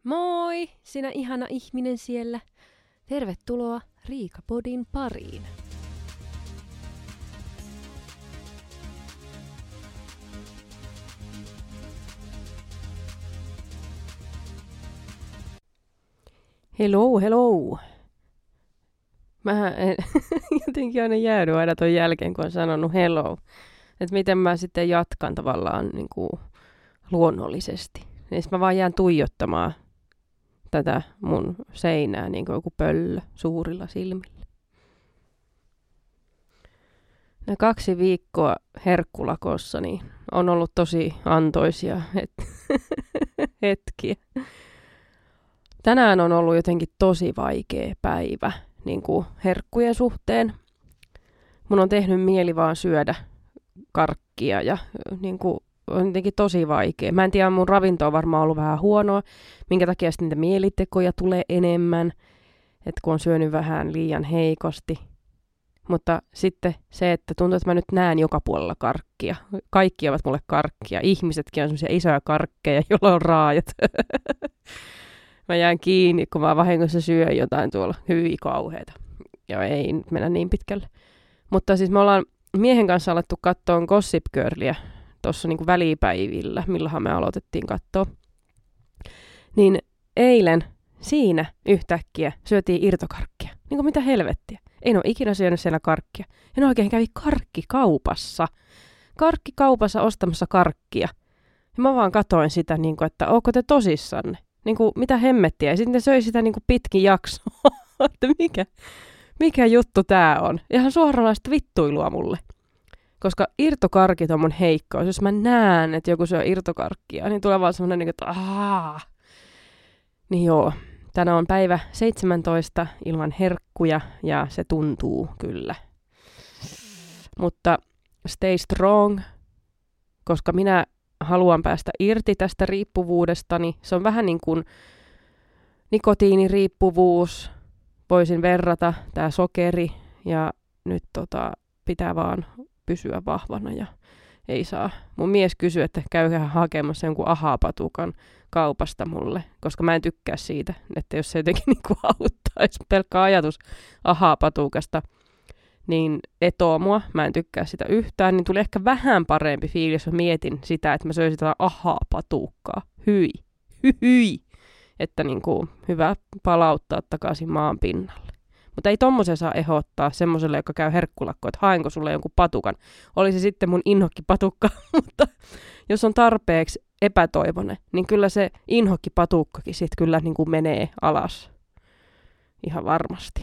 Moi, sinä ihana ihminen siellä. Tervetuloa Riikapodin pariin. Hello. Mä jotenkin aina jäädy aina ton jälkeen, kun on sanonut hello. Että miten mä sitten jatkan tavallaan niin kuin luonnollisesti. Niin mä vaan jään tuijottamaan tätä mun seinää niin kuin joku pöllö suurilla silmillä. Nämä 2 viikkoa herkkulakossa niin on ollut tosi antoisia hetkiä. Tänään on ollut jotenkin tosi vaikea päivä niin kuin herkkujen suhteen. Mun on tehnyt mieli vaan syödä karkkia ja niin kuin on jotenkin tosi vaikea. Mä en tiedä, mun ravinto on varmaan ollut vähän huonoa, minkä takia sitten niitä mielitekoja tulee enemmän, että kun on syönyt vähän liian heikosti. Mutta sitten se, että tuntuu, että mä nyt näen joka puolella karkkia. Kaikki ovat mulle karkkia. Ihmisetkin on semmoisia isoja karkkeja, joilla on raajat. Mä jään kiinni, kun mä vahingossa syön jotain tuolla. Hyvin kauheeta. Ja ei nyt mennä niin pitkälle. Mutta siis me ollaan miehen kanssa alettu katsoa Gossip Girlia tuossa niinku välipäivillä, milloinhan me aloitettiin katsoa. Niin eilen siinä yhtäkkiä syötiin irtokarkkia. Niin kuin mitä helvettiä. En ole ikinä syönyt siellä karkkia. En oikein kävi karkkikaupassa. Karkkikaupassa ostamassa karkkia. Ja mä vaan katoin sitä, niin kuin, että ootko te tosissanne? Niin kuin, mitä hemmettiä. Ja sitten söi sitä niin kuin pitkin jaksoa. Että mikä juttu tää on. Ihan suoranaista vittuilua mulle. Koska irtokarkit on mun heikkous. Jos mä näen, että joku syö irtokarkkia, niin tulee vaan semmoinen, niin että aah. Niin joo. Tänään on päivä 17 ilman herkkuja ja se tuntuu kyllä. Mutta stay strong, koska minä haluan päästä irti tästä riippuvuudestani. Se on vähän niin kuin nikotiiniriippuvuus. Voisin verrata tää sokeri ja nyt pitää vaan pysyä vahvana ja ei saa. Mun mies kysyy, että käyköhän hakemassa jonkun ahapatukan kaupasta mulle, koska mä en tykkää siitä, että jos se jotenkin niinku auttaisi pelkkä ajatus ahapatukasta, niin etoo mua, mä en tykkää sitä yhtään, niin tuli ehkä vähän parempi fiilis, jos mietin sitä, että mä söisin jotain ahapatukkaa. Hyi. Että niinku hyvä palauttaa takaisin maan pinnalle. Mutta ei tommosen saa ehdottaa semmoiselle, joka käy herkkulakkoon, että haenko sulle jonkun patukan. Oli se sitten mun inhokkipatukka, mutta jos on tarpeeksi epätoivoinen, niin kyllä se inhokkipatukkakin sitten kyllä niin kuin menee alas. Ihan varmasti.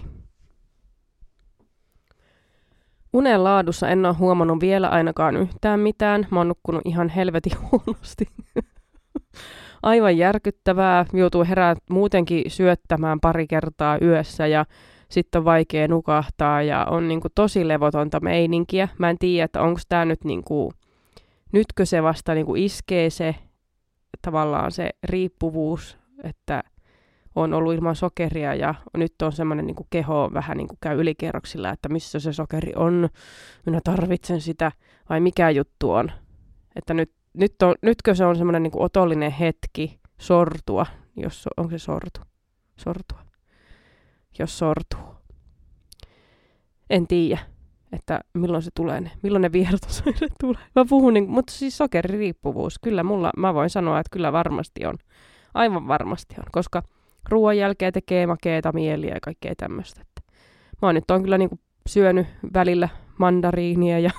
Unen laadussa en ole huomannut vielä ainakaan yhtään mitään. Mä oon nukkunut ihan helvetin huonosti. Aivan järkyttävää. Joutuu herää muutenkin syöttämään pari kertaa yössä ja sitten on vaikea nukahtaa ja on niinku tosi levotonta meininkiä. Mä en tiedä, että onko tää nyt niinku, nytkö se vasta niinku iskee se tavallaan se riippuvuus, että on ollut ilman sokeria ja nyt on semmoinen niinku keho vähän niinku käy ylikerroksilla, että missä se sokeri on, minä tarvitsen sitä, vai mikä juttu on. Että nytkö se on semmoinen niinku otollinen hetki sortua, onko se sortua. Jos sortuu. En tiedä, että milloin se tulee, milloin ne vierasoireet tulee. Mä puhun, mutta siis sokeririippuvuus, kyllä mä voin sanoa, että kyllä varmasti on. Aivan varmasti on, koska ruoan jälkeen tekee makeeta mieliä ja kaikkea tämmöistä. Mä oon nyt kyllä niinku syönyt välillä mandariinia ja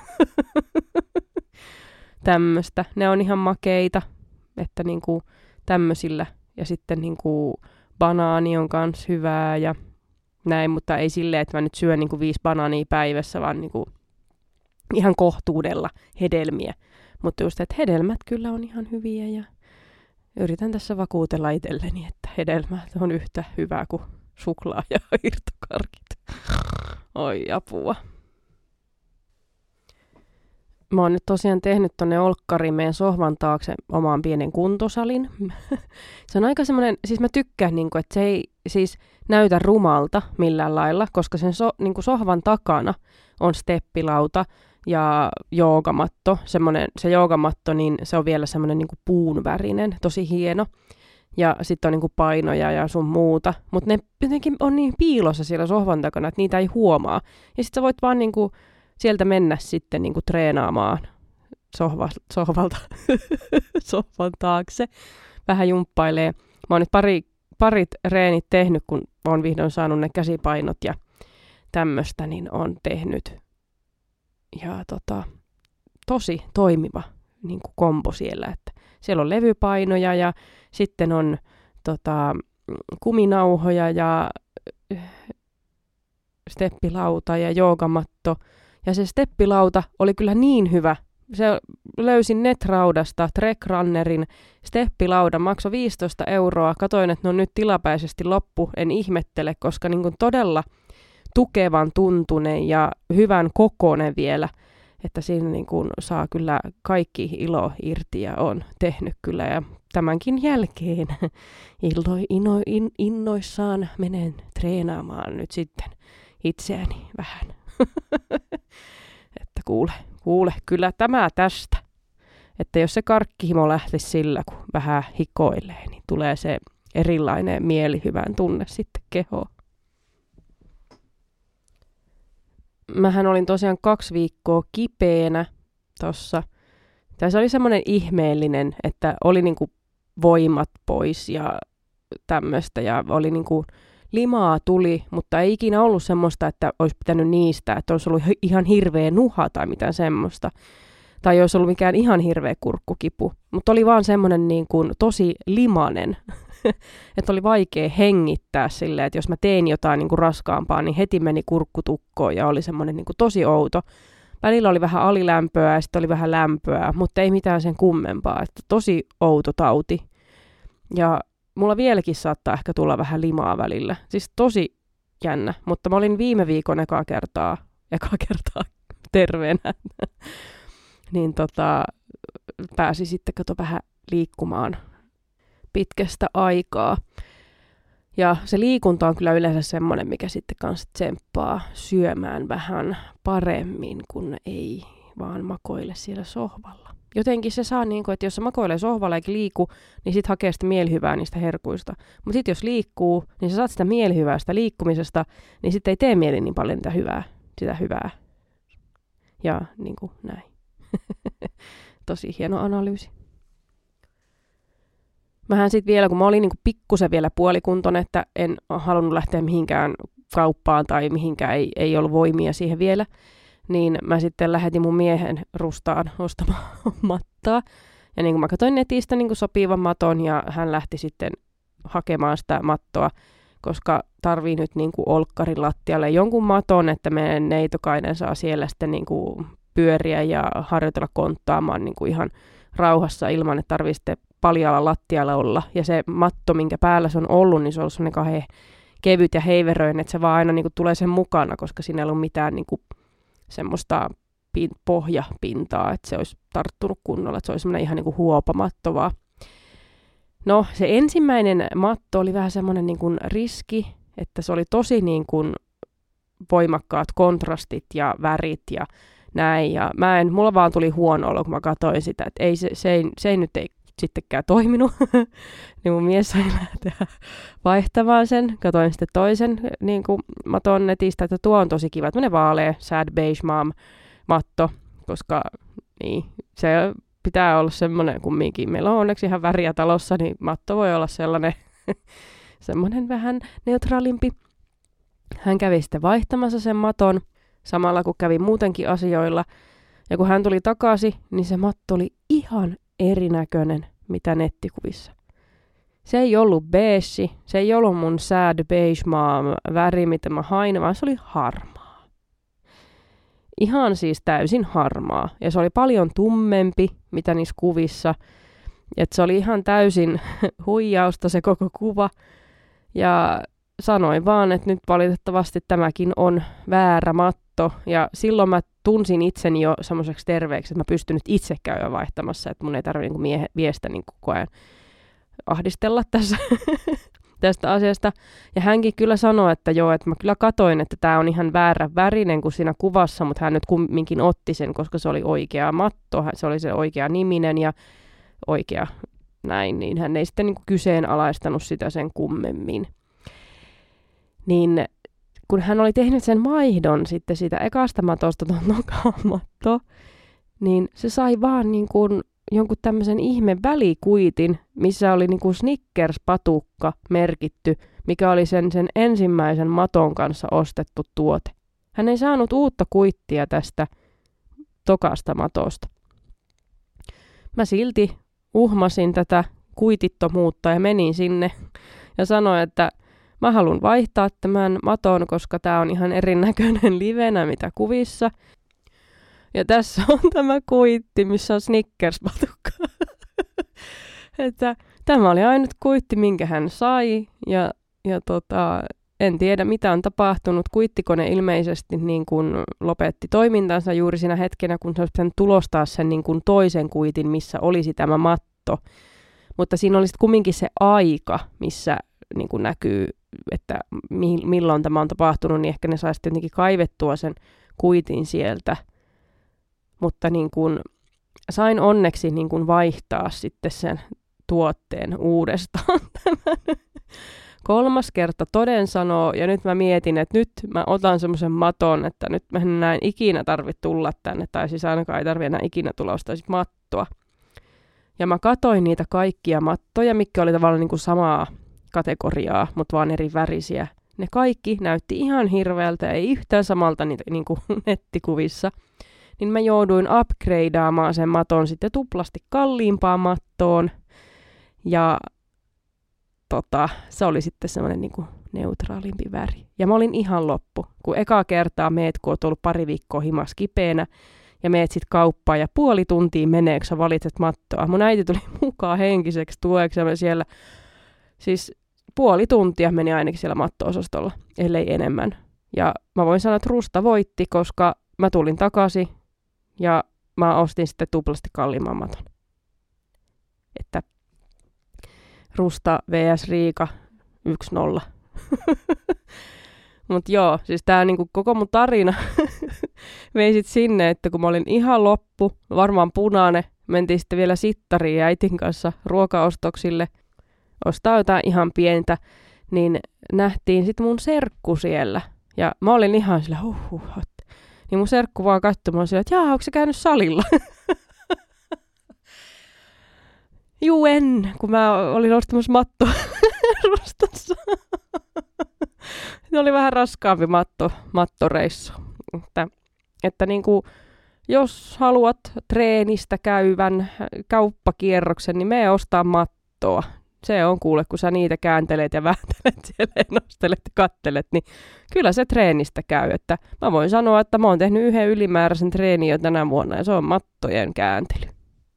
tämmöistä. Ne on ihan makeita, että niinku tämmöisillä. Ja sitten niinku banaani on kans hyvää ja näin, mutta ei silleen, että mä nyt syön niinku 5 banaania päivässä, vaan niinku ihan kohtuudella hedelmiä. Mutta just, että hedelmät kyllä on ihan hyviä ja yritän tässä vakuutella itselleni, että hedelmät on yhtä hyvää kuin suklaa ja irtokarkit. Oi apua. Mä oon nyt tosiaan tehnyt tonne olkkariin meidän sohvan taakse omaan pienen kuntosalin. Se on aika semmoinen, siis mä tykkään, niin kuin, että se ei siis näytä rumalta millään lailla, koska sen niin sohvan takana on steppilauta ja joogamatto. Se joogamatto, niin se on vielä semmoinen niin puun värinen, tosi hieno. ja sitten on niinku painoja ja sun muuta. Mutta ne jotenkin on niin piilossa siellä sohvan takana, että niitä ei huomaa. Ja sitten sä voit vaan niinku sieltä mennä sitten niinku treenaamaan sohvalta sohvan taakse. Vähän jumppailee. Mä oon nyt parit reenit tehnyt, kun oon vihdoin saanut ne käsipainot ja tämmöistä, niin on tehnyt. Ja tosi toimiva niin kuin kombo siellä, että siellä on levypainoja ja sitten on kuminauhoja ja steppilauta ja joogamatto. Ja se steppilauta oli kyllä niin hyvä. Se löysin Netraudasta Trekrannerin steppilaudan, maksoi 15 €. Katoin, että ne on nyt tilapäisesti loppu. En ihmettele, koska niin kuin todella tukevan tuntunen ja hyvän kokoinen vielä. Että siinä niin kuin saa kyllä kaikki ilo irti ja on tehnyt kyllä. Ja tämänkin jälkeen innoissaan menen treenaamaan nyt sitten itseäni vähän. Että kuule, kyllä tämä tästä. Että jos se karkkihimo lähtisi sillä, kun vähän hikoilee, niin tulee se erilainen mielihyvän tunne sitten kehoon. Mähän olin tosiaan 2 viikkoa kipeänä tossa. Se oli semmoinen ihmeellinen, että oli niinku voimat pois ja tämmöistä. Ja oli niinku limaa tuli, mutta ei ikinä ollut semmoista, että olisi pitänyt niistä, että olisi ollut ihan hirveä nuha tai mitään semmoista. Tai olisi ollut mikään ihan hirveä kurkkukipu. Mutta oli vaan semmoinen niin kuin tosi limanen, että oli vaikea hengittää silleen, että jos mä tein jotain niin kuin raskaampaa, niin heti meni kurkkutukkoon ja oli semmoinen niin kuin tosi outo. Välillä oli vähän alilämpöä ja sitten oli vähän lämpöä, mutta ei mitään sen kummempaa. Että tosi outo tauti. Ja mulla vieläkin saattaa ehkä tulla vähän limaa välillä. Siis tosi jännä, mutta mä olin viime viikon eka kertaa terveenä. Niin pääsi sitten vähän liikkumaan pitkästä aikaa. Ja se liikunta on kyllä yleensä semmoinen, mikä sitten kanssa tsemppaa syömään vähän paremmin, kun ei vaan makoile siellä sohvalla. Jotenkin se saa niin kuin, että jos se makoilee sohvalla eikä liiku, niin sit hakee sitä mielihyvää niistä herkuista. Mutta sitten jos liikkuu, niin sä saat sitä mielihyvää sitä liikkumisesta, niin sitten ei tee mieli niin paljon sitä hyvää. Ja niin kuin näin. Tosi hieno analyysi. Mähän sitten vielä, kun mä olin niinku pikkusen vielä puolikuntoinen, että en halunnut lähteä mihinkään kauppaan tai mihinkään, ei ollut voimia siihen vielä, niin mä sitten lähetin mun miehen Rustaan ostamaan mattaa. Ja niin kuin mä katsoin netistä niin kuin sopivan maton ja hän lähti sitten hakemaan sitä mattoa, koska tarvii nyt niin kuin olkkarin lattialle jonkun maton, että meidän neitokainen saa siellä sitten niin kuin pyöriä ja harjoitella konttaamaan niin kuin ihan rauhassa ilman, että tarvii sitten paljalla lattialla olla. Ja se matto, minkä päällä se on ollut, niin se on ollut sellainen kevyt ja heiveröinen, että se vaan aina niin kuin tulee sen mukana, koska siinä ei ollut mitään niin kuin semmoista pohjapintaa, että se olisi tarttunut kunnolla, että se olisi semmoinen ihan niin kuin huopamatto vaan. No, se ensimmäinen matto oli vähän semmoinen niin kuin riski, että se oli tosi niin kuin voimakkaat kontrastit ja värit ja näin. Ja mulla vaan tuli huono olo, kun mä katsoin sitä, että se ei nyt sittenkään toiminut. Niin mun mies sai lähteä vaihtamaan sen. Katoin sitten toisen niin kuin maton netistä, että tuo on tosi kiva. Tämmöinen vaalea Sad Beige Mom matto, koska niin, se pitää olla semmoinen kumminkin. Meillä on onneksi ihan väriä talossa, niin matto voi olla sellainen semmoinen vähän neutraalimpi. Hän kävi sitten vaihtamassa sen maton, samalla kun kävi muutenkin asioilla. Ja kun hän tuli takaisin, niin se matto oli ihan erinäköinen, mitä nettikuvissa. Se ei ollut beige, se ei ollut mun Sad Beige Mom väri, mitä mä hain, vaan se oli harmaa. Ihan siis täysin harmaa. Ja se oli paljon tummempi, mitä niissä kuvissa. Et se oli ihan täysin huijausta se koko kuva. Ja sanoin vaan, että nyt valitettavasti tämäkin on väärä matto. Ja silloin mä tunsin itseni jo semmoiseksi terveeksi, että mä pystyn nyt itse käydä vaihtamassa. Että mun ei tarvitse niin viestä niin koko ajan ahdistella tästä asiasta. Ja hänkin kyllä sanoi, että joo, että mä kyllä katoin, että tää on ihan väärä värinen kuin siinä kuvassa, mutta hän nyt kumminkin otti sen, koska se oli oikea matto, se oli se oikea niminen ja oikea näin, niin hän ei sitten niin kuin kyseenalaistanut sitä sen kummemmin. Niin kun hän oli tehnyt sen vaihdon sitten siitä ekasta matosta tuon nokamatto, niin se sai vaan niin kuin jonkun tämmöisen ihme välikuitin, missä oli niin kuin Snickers-patukka merkitty, mikä oli sen ensimmäisen maton kanssa ostettu tuote. Hän ei saanut uutta kuittia tästä tokasta matosta. Mä silti uhmasin tätä kuitittomuutta ja menin sinne ja sanoin, että mä haluan vaihtaa tämän maton, koska tää on ihan erinäköinen livenä mitä kuvissa. Ja tässä on tämä kuitti, missä on Snickers-patukka. Että tämä oli ainut kuitti, minkä hän sai. Ja en tiedä, mitä on tapahtunut. Kuittikone ilmeisesti niin kuin lopetti toimintansa juuri siinä hetkenä, kun se olisi pitänyt tulostaa sen niin kuin toisen kuitin, missä olisi tämä matto. Mutta siinä oli sitten kumminkin se aika, missä niin kuin näkyy, että milloin tämä on tapahtunut, niin ehkä ne saisi jotenkin kaivettua sen kuitin sieltä. Mutta niin kuin sain onneksi niin kuin vaihtaa sitten sen tuotteen uudestaan tämän. 3. kerta toden sanoo, ja nyt mä mietin, että nyt mä otan semmoisen maton, että nyt mä en enää ikinä tarvitse tulla tänne, tai siis ainakaan ei tarvitse enää ikinä tulla ostaa sit mattoa. Ja mä katoin niitä kaikkia mattoja, mitkä oli tavallaan niin kuin samaa kategoriaa, mutta vaan eri värisiä. Ne kaikki näytti ihan hirveältä, ei yhtään samalta niitä niin kuin nettikuvissa. Niin mä jouduin upgradeaamaan sen maton sitten tuplasti kalliimpaan mattoon. Ja se oli sitten semmoinen niin kuin neutraalimpi väri. Ja mä olin ihan loppu, kun ekaa kertaa meet, kun oot ollut pari viikkoa himas kipeänä, ja meet sit kauppaan, ja puoli tuntia menee, kun sä valitset mattoa. Mun äiti tuli mukaan henkiseksi tueksi, ja siellä, siis puoli tuntia meni ainakin siellä matto-osastolla, ellei enemmän. Ja mä voin sanoa, että Rusta voitti, koska mä tulin takaisin, ja mä ostin sitten tuplasti kalliimman maton. Että Rusta vs. Riika 1-0. Mut joo, siis tää niinku koko mun tarina vei sit sinne, että kun mä olin ihan loppu, varmaan punainen, mentiin sitten vielä sittariin äitin kanssa ruokaostoksille, ostaa jotain ihan pientä, niin nähtiin sit mun serkku siellä. Ja mä olin ihan sillä niin mun serkku vaan katsoi mua sillä, että onko se käynyt salilla? Juu, kun mä olin ostamassa mattoa Rustassa. Se oli vähän raskaampi mattoreissu. Että niinku, jos haluat treenistä käyvän kauppakierroksen, niin mene ostaa mattoa. Se on kuule, kun sä niitä kääntelet ja vääntelet siellä ja nostelet ja kattelet, niin kyllä se treenistä käy. Että mä voin sanoa, että mä oon tehnyt yhden ylimääräisen treenin jo tänä vuonna ja se on mattojen kääntely.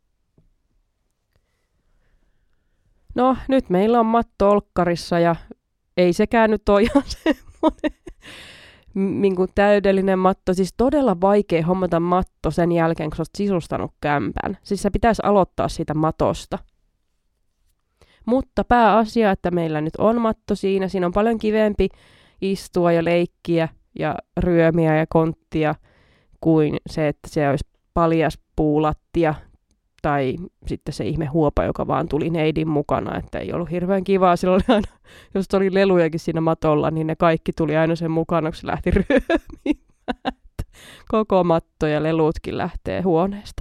No, nyt meillä on matto olkkarissa ja ei sekään nyt ole ihan semmoinen täydellinen matto. Siis todella vaikea hommata matto sen jälkeen, kun sä oot sisustanut kämpän. Siis sä pitäisi aloittaa siitä matosta. Mutta pääasia, että meillä nyt on matto siinä. Siinä on paljon kivempi istua ja leikkiä ja ryömiä ja konttia kuin se, että se olisi paljas puulattia. Tai sitten se ihme huopa, joka vaan tuli neidin mukana, että ei ollut hirveän kivaa. Silloin oli aina, jos oli lelujakin siinä matolla, niin ne kaikki tuli aina sen mukana, kun se lähti ryömimään. Koko matto ja lelutkin lähtee huoneesta.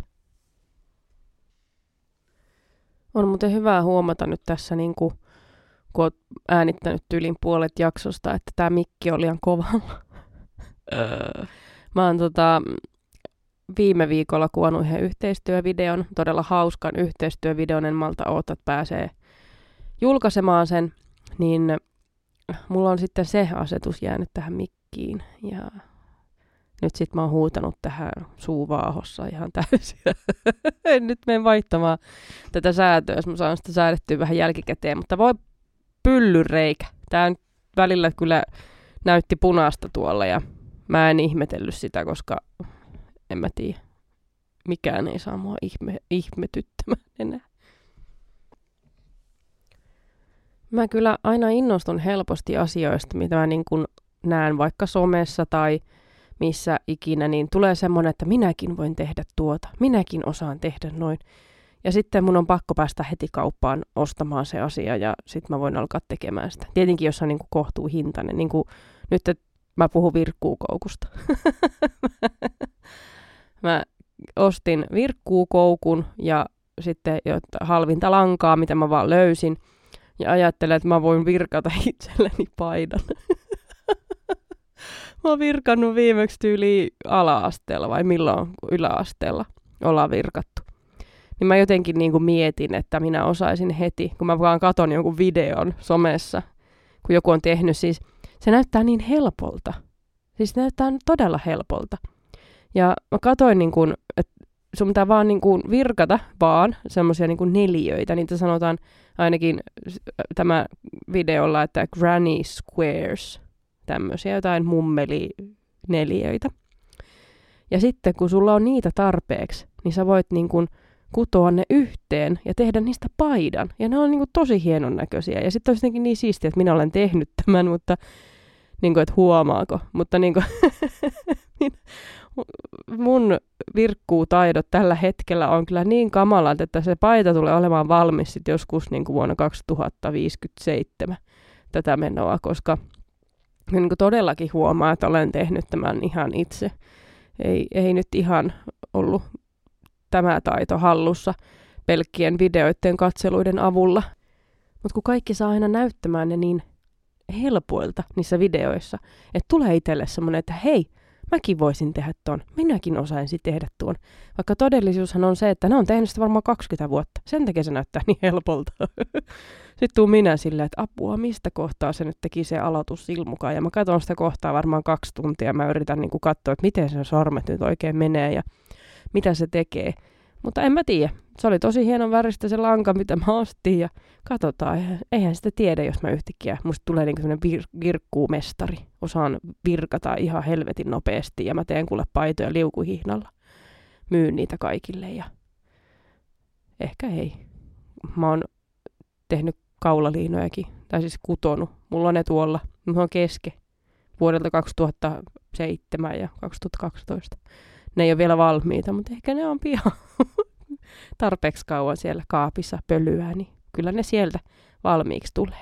On muuten hyvä huomata nyt tässä, niin kun olet äänittänyt tyylin puolet jaksosta, että tämä mikki oli liian kovalla. Mä oon viime viikolla kuvannut yhden yhteistyövideon, todella hauskan yhteistyövideon, en malta oota, että pääsee julkaisemaan sen, niin mulla on sitten se asetus jäänyt tähän mikkiin, ja nyt sit mä oon huutanut tähän suuvaahossa ihan täysin. En nyt mene vaihtamaan tätä säätöä, jos mä saan sitä säädettyä vähän jälkikäteen, mutta voi pyllyreikä. Tää nyt välillä kyllä näytti punaista tuolla, ja mä en ihmetellyt sitä, koska en mä tiedä. Mikään ei saa mua ihmetyttämään enää. Mä kyllä aina innostun helposti asioista, mitä mä niin kun näen vaikka somessa tai missä ikinä, niin tulee semmoinen, että minäkin voin tehdä tuota. Minäkin osaan tehdä noin. Ja sitten mun on pakko päästä heti kauppaan ostamaan se asia ja sitten mä voin alkaa tekemään sitä. Tietenkin jos on niin kuin kohtuuhintainen, niin kuin nyt mä puhun virkkuukoukusta. Mä ostin virkkuukoukun ja sitten halvinta lankaa, mitä mä vaan löysin. Ja ajattelen, että mä voin virkata itselleni paidan. Mä oon virkannut viimeksi tyyliin ala-asteella vai milloin yläasteella ollaan virkattu. Niin mä jotenkin niin kuin mietin, että minä osaisin heti, kun mä vaan katon jonkun videon somessa, kun joku on tehnyt, siis se näyttää niin helpolta. Siis se näyttää todella helpolta. Ja mä katoin, niin kuin, että sun pitää vaan niin kuin virkata vaan semmoisia niin kuin neliöitä. Niitä sanotaan ainakin tämä videolla, että granny squares. Tämmöisiä jotain mummelineliöitä. Ja sitten kun sulla on niitä tarpeeksi, niin sä voit niin kuin kutoa ne yhteen ja tehdä niistä paidan. Ja ne on niin kuin tosi hienon näköisiä. Ja sitten on jotenkin niin siistiä, että minä olen tehnyt tämän, mutta niin kuin, että huomaako. Mutta niin kuin mun virkkuutaidot tällä hetkellä on kyllä niin kamalat, että se paita tulee olemaan valmis sit joskus niin kuin vuonna 2057 tätä menoa, koska niin kuin todellakin huomaa, että olen tehnyt tämän ihan itse. Ei nyt ihan ollut tämä taito hallussa pelkkien videoiden katseluiden avulla. Mutta kun kaikki saa aina näyttämään ne niin helpoilta niissä videoissa, että tulee itselle semmoinen, että hei, mäkin voisin tehdä ton, minäkin osaisin tehdä tuon. Vaikka todellisuushan on se, että ne on tehnyt sitä varmaan 20 vuotta. Sen takia se näyttää niin helpolta. Sitten tuun minä silleen, että apua, mistä kohtaa se nyt teki se aloitussilmukaan. Ja mä katson sitä kohtaa varmaan 2 tuntia. Mä yritän niin kuin katsoa, että miten se sormet nyt oikein menee ja mitä se tekee. Mutta en mä tiedä. Se oli tosi hienon väristä se lanka, mitä mä ostin. Ja katsotaan, eihän sitä tiedä, jos mä yhtäkkiä. Musta tulee niin kuin sellainen virkkuumestari. Osaan virkata ihan helvetin nopeasti. Ja mä teen kuule paitoja liukuhihnalla. Myyn niitä kaikille ja ehkä ei. Mä oon tehnyt kaulaliinojakin, tai siis kutonut. Mulla on ne tuolla. Mulla on keske vuodelta 2007 ja 2012. Ne ei ole vielä valmiita, mutta ehkä ne on pian tarpeeksi kauan siellä kaapissa pölyää, niin kyllä ne sieltä valmiiksi tulee.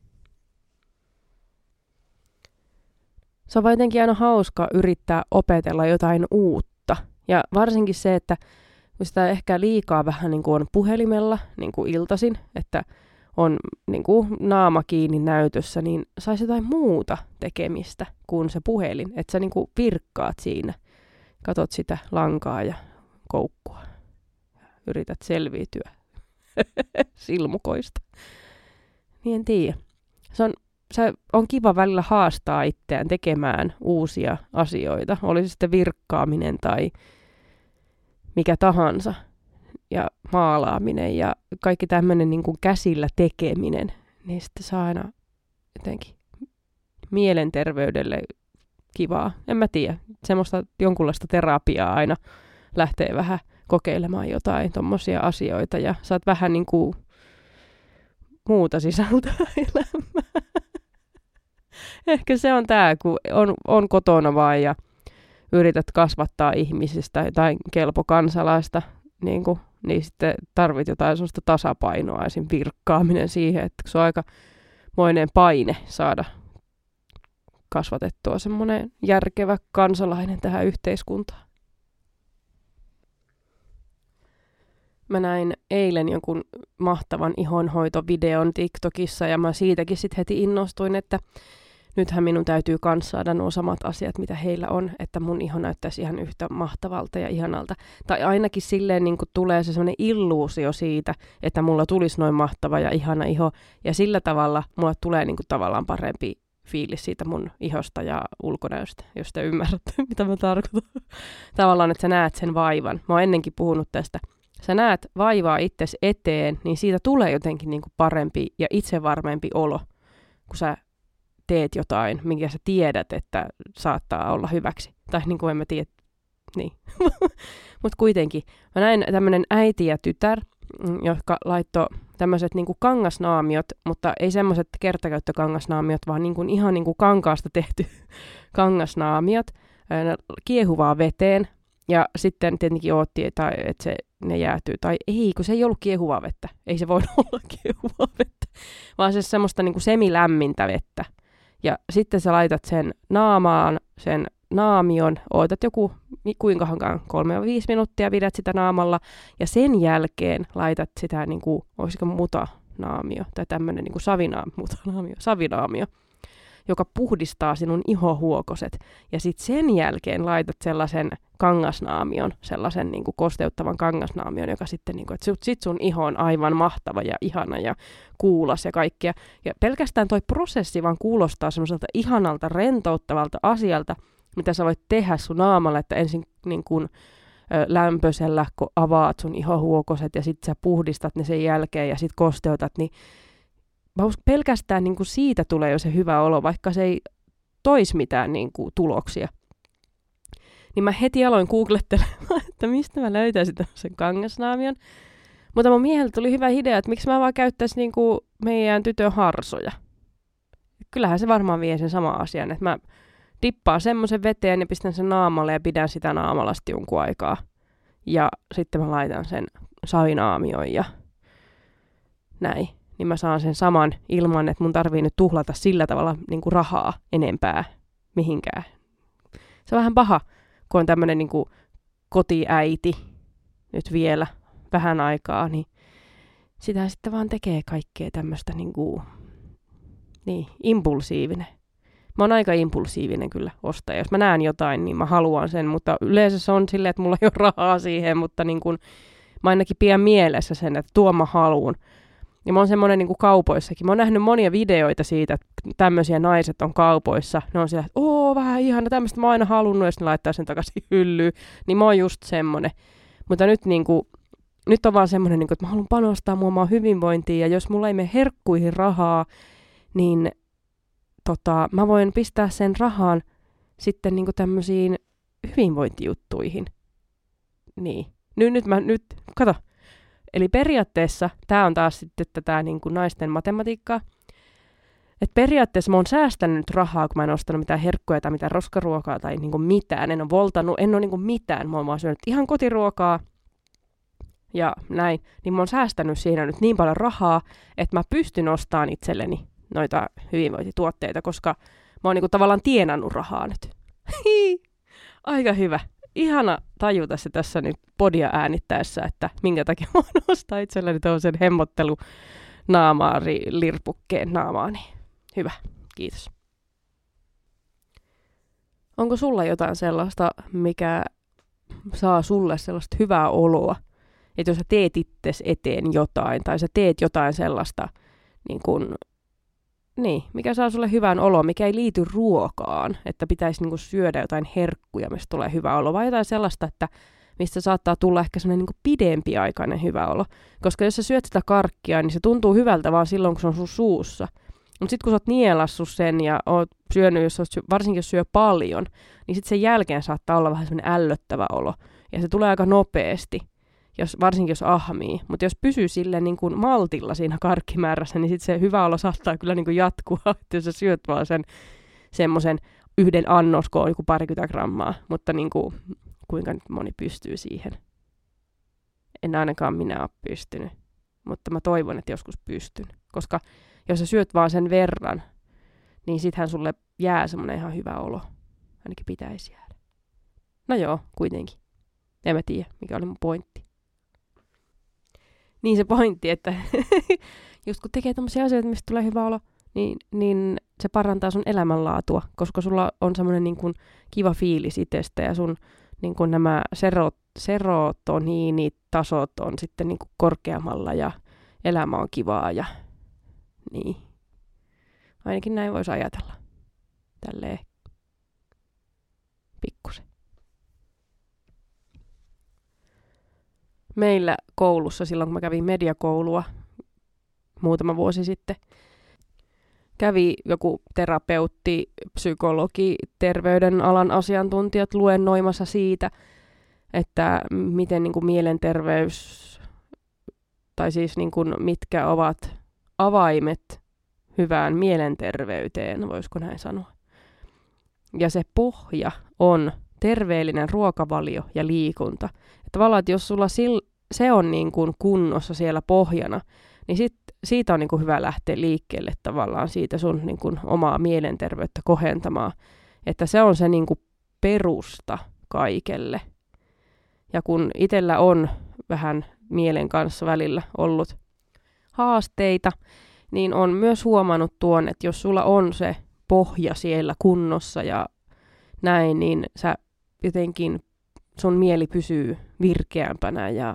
Se on jotenkin aina hauska yrittää opetella jotain uutta. Ja varsinkin se, että kun sitä ehkä liikaa vähän niin kuin on puhelimella niin kuin iltaisin, että on niin kuin naama kiinni näytössä, niin saisi jotain muuta tekemistä kuin se puhelin. Että sä niin kuin virkkaat siinä, katot sitä lankaa ja koukkua. Yrität selviytyä silmukoista. Niin en tiedä. Se on kiva välillä haastaa itseään tekemään uusia asioita. Oli se sitten virkkaaminen tai mikä tahansa. Ja maalaaminen ja kaikki tämmöinen niin kuin käsillä tekeminen. Niin sitten saa aina jotenkin mielenterveydelle kivaa. En mä tiedä. Semmoista jonkunlaista terapiaa aina lähtee vähän kokeilemaan jotain tommosia asioita. Ja saat vähän niin kuin muuta sisältöä elämään. Ehkä se on tää, kun on kotona vaan ja yrität kasvattaa ihmisistä jotain kelpokansalaista, niin sitten tarvit jotain sellaista tasapainoa, esim. Virkkaaminen siihen, että se on aika moinen paine saada kasvatettua semmoinen järkevä kansalainen tähän yhteiskuntaan. Mä näin eilen jonkun mahtavan ihonhoitovideon TikTokissa ja mä siitäkin sitten heti innostuin, että nythän minun täytyy kans saada nuo samat asiat, mitä heillä on, että mun iho näyttäisi ihan yhtä mahtavalta ja ihanalta. Tai ainakin silleen niin kuin tulee se sellainen illuusio siitä, että mulla tulisi noin mahtava ja ihana iho. Ja sillä tavalla mulla tulee niin kuin tavallaan parempi fiilis siitä mun ihosta ja ulkonäöstä, jos te ymmärrätte, mitä mä tarkoitan. Tavallaan, että sä näet sen vaivan. Mä oon ennenkin puhunut tästä. Sä näet vaivaa itsesi eteen, niin siitä tulee jotenkin niin kuin parempi ja itsevarmempi olo, kun sä teet jotain, minkä sä tiedät, että saattaa olla hyväksi. Tai niin kuin en mä tiedä, niin. Mutta kuitenkin, mä näin tämmönen äiti ja tytär, jotka laittoi tämmöiset niin kuin kangasnaamiot, mutta ei semmoiset kertakäyttökangasnaamiot, vaan niin kuin ihan niin kuin kankaasta tehty kangasnaamiot kiehuvaa veteen. Ja sitten tietenkin odotti, että ne jäätyy. Tai ei, kun se ei ollut kiehuvaa vettä. Ei se voinut olla kiehuvaa vettä, vaan se semmoista niin kuin semilämmintä vettä. Ja sitten sä laitat sen naamaan, sen naamion, ootat joku kuinkahankaan 3-5 minuuttia, pidät sitä naamalla. Ja sen jälkeen laitat sitä, niin kuin, olisiko mutanaamio tai tämmöinen niin kuin savinaamio, joka puhdistaa sinun ihohuokoset. Ja sitten sen jälkeen laitat sellaisen kangasnaamion, sellaisen niin kuin kosteuttavan kangasnaamion, joka sitten, niin kuin, että sit sun iho on aivan mahtava ja ihana ja kuulas ja kaikkea. Ja pelkästään toi prosessi vaan kuulostaa semmoiselta ihanalta, rentouttavalta asialta, mitä sä voit tehdä sun naamalle, että ensin niin kuin, lämpöisellä, kun avaat sun ihohuokoset ja sitten sä puhdistat ne sen jälkeen ja sitten kosteutat, niin mä uskon, pelkästään niin kuin siitä tulee jo se hyvä olo, vaikka se ei toisi mitään niin kuin tuloksia. Niin mä heti aloin googlettelemaan, että mistä mä löytäisin tämmöisen kangasnaamion. Mutta mun mieheltä tuli hyvä idea, että miksi mä vaan käyttäisin niin kuin meidän tytön harsoja. Kyllähän se varmaan vie sen sama asian, että mä dippaan semmoisen veteen ja pistän sen naamalle ja pidän sitä naamalla sitten jonkun aikaa. Ja sitten mä laitan sen savinaamioon ja näin. Niin mä saan sen saman ilman, että mun tarvii nyt tuhlata sillä tavalla niin kuin rahaa enempää mihinkään. Se on vähän paha, kun on tämmönen niin kuin kotiäiti nyt vielä vähän aikaa, niin sitä sitten vaan tekee kaikkea tämmöistä impulsiivinen. Mä oon aika impulsiivinen kyllä ostaja. Jos mä näen jotain, niin mä haluan sen, mutta yleensä se on silleen, että mulla ei ole rahaa siihen, mutta niin kuin, mä ainakin pidän mielessä sen, että tuo mä haluun. Ja mä oon semmoinen niin kuin kaupoissakin. Mä oon nähnyt monia videoita siitä, että tämmöisiä naiset on kaupoissa. Ne on siellä, että vähän ihana, tämmöistä mä oon aina halunnut, ja sitten laittaa sen takaisin hyllyyn. Niin mä oon just semmoinen. Mutta nyt on vaan semmoinen, niin kuin, että mä haluan panostaa mun omaa hyvinvointiin, ja jos mulla ei mene herkkuihin rahaa, niin mä voin pistää sen rahaan sitten niin kuin tämmöisiin hyvinvointijuttuihin. Niin. Nyt, kato. Eli periaatteessa tämä on taas sitten tätä niin kuin naisten matematiikkaa. Että periaatteessa mä oon säästänyt rahaa, kun mä en ostanut mitään herkkuja tai mitään roskaruokaa tai niin kuin mitään. En ole voltannut, en ole niin kuin mitään. Mä oon vaan syönyt ihan kotiruokaa ja näin. Niin mä oon säästänyt siinä nyt niin paljon rahaa, että mä pystyn ostamaan itselleni noita hyvinvointituotteita, koska mä oon niin kuin tavallaan tienannut rahaa nyt. Aika hyvä. Ihana tajuta se tässä nyt podia äänittäessä, että minkä takia mä oon ostaa itselleni tämmöisen hemmottelunaamaari-lirpukkeen naamaani. Hyvä, kiitos. Onko sulla jotain sellaista, mikä saa sulle sellaista hyvää oloa? Että jos sä teet itsesi eteen jotain, tai sä teet jotain sellaista, mikä saa sulle hyvän olo, mikä ei liity ruokaan, että pitäisi syödä jotain herkkuja, mistä tulee hyvä olo, vai jotain sellaista, että mistä saattaa tulla ehkä sellainen pidempiaikainen hyvä olo. Koska jos sä syöt sitä karkkia, niin se tuntuu hyvältä vaan silloin, kun se on sun suussa. Mutta sitten kun sä oot nielassut sen ja oot syönyt, varsinkin jos syö paljon, niin sitten sen jälkeen saattaa olla vähän sellainen ällöttävä olo. Ja se tulee aika nopeasti, varsinkin jos ahmii. Mutta jos pysyy silleen maltilla siinä karkkimäärässä, niin sitten se hyvä olo saattaa kyllä jatkua, että jos sä syöt vaan semmoisen yhden annos, kun on joku 20 grammaa. Mutta kuinka nyt moni pystyy siihen? En ainakaan minä ole pystynyt, mutta mä toivon, että joskus pystyn. Koska jos sä syöt vaan sen verran, niin sittenhän sulle jää semmoinen ihan hyvä olo. Ainakin pitäisi jäädä. No joo, kuitenkin. En mä tiedä, mikä oli mun pointti. Niin se pointti, että just kun tekee tommosia asioita, mistä tulee hyvä olo, niin se parantaa sun elämänlaatua, koska sulla on semmoinen kiva fiilis itsestä ja sun nämä serotoniinitasot on sitten korkeammalla ja elämä on kivaa ja niin. Ainakin näin voisi ajatella. Tälleen pikkusen. Meillä koulussa, silloin kun mä kävin mediakoulua muutama vuosi sitten, kävi joku terapeutti, psykologi, terveydenalan asiantuntijat luennoimassa siitä, että miten mielenterveys, tai siis mitkä ovat avaimet hyvään mielenterveyteen, voisiko näin sanoa. Ja se pohja on terveellinen ruokavalio ja liikunta. Että tavallaan, että jos sulla se on niin kuin kunnossa siellä pohjana, niin siitä on niin kuin hyvä lähteä liikkeelle tavallaan siitä sun niin kuin omaa mielenterveyttä kohentamaan. Että se on se niin kuin perusta kaikelle. Ja kun itsellä on vähän mielen kanssa välillä ollut haasteita, niin on myös huomannut tuon, että jos sulla on se pohja siellä kunnossa ja näin, niin sä jotenkin sun mieli pysyy virkeämpänä ja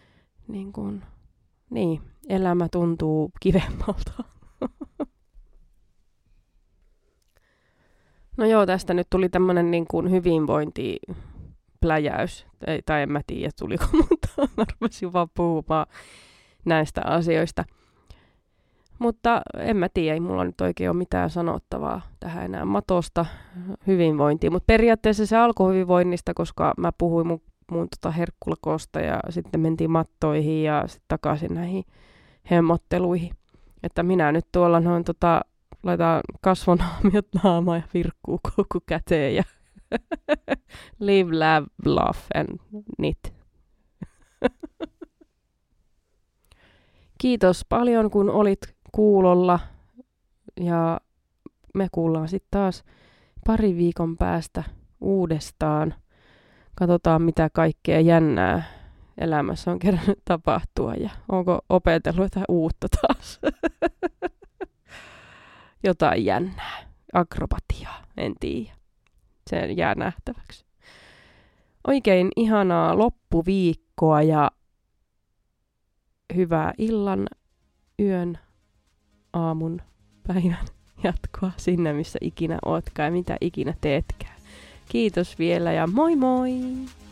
elämä tuntuu kivemmalta. No joo, tästä nyt tuli tämmönen niin kuin hyvinvointipläjäys, tai en mä tiedä tuliko, mutta mä rupesin vaan puhumaan näistä asioista. Mutta en mä tiedä, ei mulla nyt oikein ole mitään sanottavaa tähän enää matosta hyvinvointiin. Mutta periaatteessa se alkoi hyvinvoinnista, koska mä puhuin mun herkkulakosta ja sitten mentiin mattoihin ja sitten takaisin näihin hemmotteluihin. Että minä nyt tuolla noin laitan kasvonaamiot naamaan ja virkkuu koko käteen ja live, laugh, laugh and knit. Kiitos paljon, kun olit kuulolla ja me kuullaan sitten taas pari viikon päästä uudestaan. Katsotaan, mitä kaikkea jännää elämässä on kerännyt tapahtua ja onko opetellut jotain uutta taas. Jotain jännää. Akrobatiaa, en tiedä. Se jää nähtäväksi. Oikein ihanaa loppuviikkoa ja hyvää illan, yön, aamun, päivän jatkoa sinne, missä ikinä ootkaan ja mitä ikinä teetkään. Kiitos vielä ja moi moi!